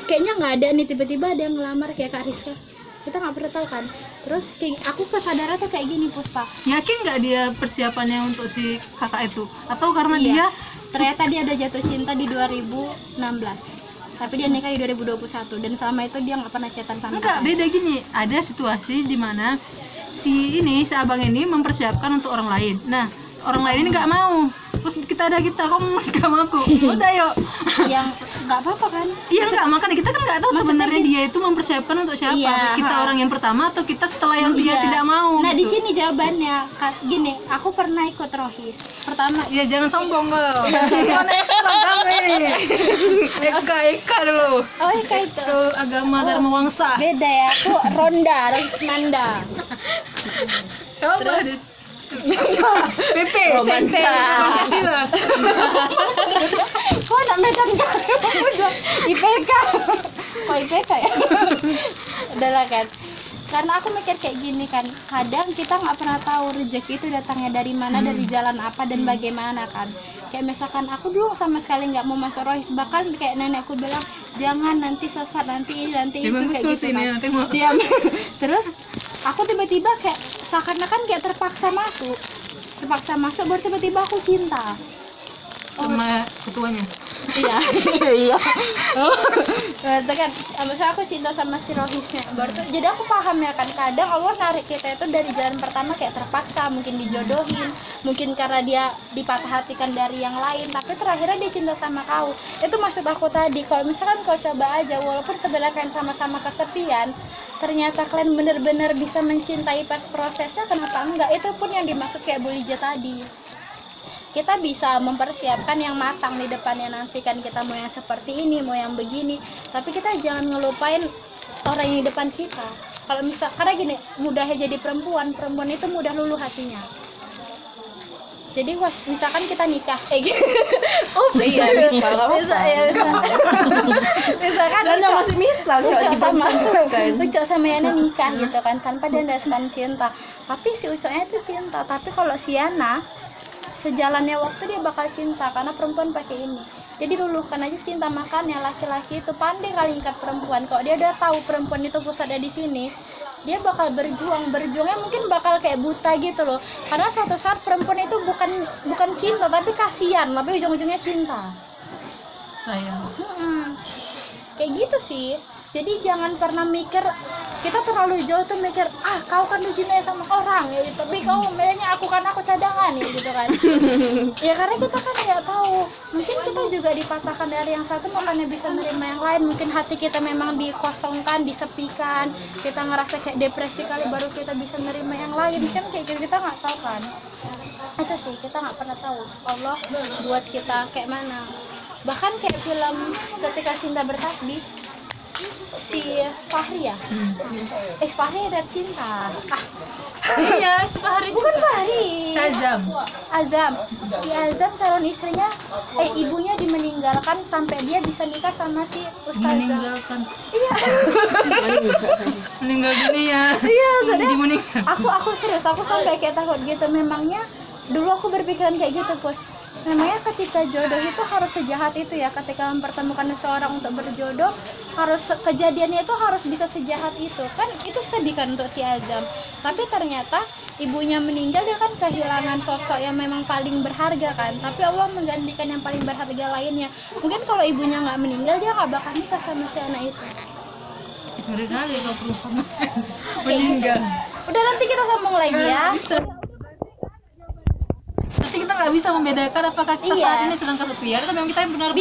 kayaknya nggak ada nih, tiba-tiba ada yang ngelamar kayak Kak Rizka, kita nggak pernah tahu kan. Terus kayak aku kesadaran tuh kayak gini Puspa, Yakin nggak dia persiapannya untuk si kakak itu? Atau karena iya, dia ternyata dia udah jatuh cinta di 2016, tapi dia nikah di 2021 dan selama itu dia nggak pernah chatan sama enggak, kita. beda gini. Ada situasi di mana si abang ini mempersiapkan untuk orang lain. Nah, orang lain ini nggak mau. Terus kita kamu mau nikah sama aku? Udah yuk. Yang nggak apa-apa kan. Iya enggak, makanya kita kan nggak tahu Maksudnya sebenarnya dia itu mempersiapkan untuk siapa. Iya, Kita orang yang pertama atau kita setelah yang dia Iya. tidak mau. Nah, di gitu. sini jawabannya gini, aku pernah ikut rohis. Pertama, Ya jangan sombong kau. Mana Islam kami? Eka dulu. oh iya kayak itu. Itu agama Dharma Wangsa. Beda ya, aku Ronda, Rosmanda. Apa? PP. Romansa. Pancasila. Kok anak Medan kan? Udah IPK. Kok IPK ya? Udahlah kan. Karena aku mikir kayak gini kan, kadang kita nggak pernah tahu rezeki itu datangnya dari mana, dari jalan apa dan bagaimana kan. Kayak misalkan aku dulu sama sekali nggak mau masuk rohis, bahkan kayak nenekku bilang jangan nanti sesat, nanti itu kayak gitu kan. Diam. Terus aku tiba-tiba kayak seakan-akan kayak terpaksa masuk baru tiba-tiba aku cinta Sama ketuanya. iya iya itu kan maksudnya aku cinta sama si rohisnya baru tuh, jadi aku paham ya kan, kadang Allah narik kita itu dari jalan pertama kayak terpaksa, mungkin dijodohin, mungkin karena dia dipatah hatikan dari yang lain, tapi terakhirnya dia cinta sama kau. Itu maksud aku tadi, kalau misalkan kau coba aja, walaupun sebenarnya kalian sama-sama kesepian, ternyata kalian benar-benar bisa mencintai pas prosesnya, kenapa enggak? Itu pun yang dimaksud kayak Bu Lija tadi, kita bisa mempersiapkan yang matang di depannya, nanti kan kita mau yang seperti ini, mau yang begini, tapi kita jangan ngelupain orang yang di depan kita. Kalau misal, karena gini, mudahnya jadi perempuan itu mudah luluh hatinya. Jadi misalkan kita nikah, gitu. Iya, bisa Misalkan kan masih misal Ucok sama Yana nikah gitu kan, tanpa dandaskan cinta, tapi si Ucoknya itu cinta. Tapi kalau si Yana, sejalannya waktu dia bakal cinta, karena perempuan pakai ini. Jadi luluhkan aja cinta. Makanya laki-laki itu pandai kali ikat perempuan. Kalau dia udah tahu perempuan itu pusatnya di sini, dia bakal berjuangnya mungkin bakal kayak buta gitu loh. Karena suatu saat perempuan itu bukan cinta tapi kasihan, tapi ujung-ujungnya cinta. Sayang. Kayak gitu sih. Jadi jangan pernah mikir, kita terlalu jauh tuh mikir, kau kan dicintai sama orang ya, tapi kau milihnya aku kan aku cadangan ya gitu kan. Ya karena kita kan nggak tahu, mungkin kita juga dipatahkan dari yang satu makanya bisa menerima yang lain. Mungkin hati kita memang dikosongkan, disepikan, kita ngerasa kayak depresi kali baru kita bisa menerima yang lain, kan kayak gitu, kita nggak tahu kan. Itu sih, kita nggak pernah tahu Allah buat kita kayak mana. Bahkan kayak film Ketika Cinta Bertasbih, si Fahri ya? Fahri ada cinta. Iya, si Fahri Bukan juga. Fahri. Azam. Si Azam calon istrinya, ibunya dimeninggalkan sampai dia bisa nikah sama si ustazah. Meninggalkan. Iya. Meninggal dunia. Iya, sebenarnya Meninggal. aku serius, aku sampai kayak takut gitu. Memangnya dulu aku berpikiran kayak gitu, Pus. Memangnya ketika jodoh itu harus sejahat itu ya, ketika mempertemukan seseorang untuk berjodoh, harus kejadiannya itu harus bisa sejahat itu kan. Itu sedih kan untuk si Azam, tapi ternyata ibunya meninggal, dia kan kehilangan sosok yang memang paling berharga kan, tapi Allah menggantikan yang paling berharga lainnya. Mungkin kalau ibunya nggak meninggal, dia nggak bakal nikah sama si anak itu. Ngeri kali kau perempuan meninggal. Udah, nanti kita sambung lagi ya. Bisa. Berarti kita nggak bisa membedakan apakah kita Iya. saat ini sedang kesepian atau memang kita benar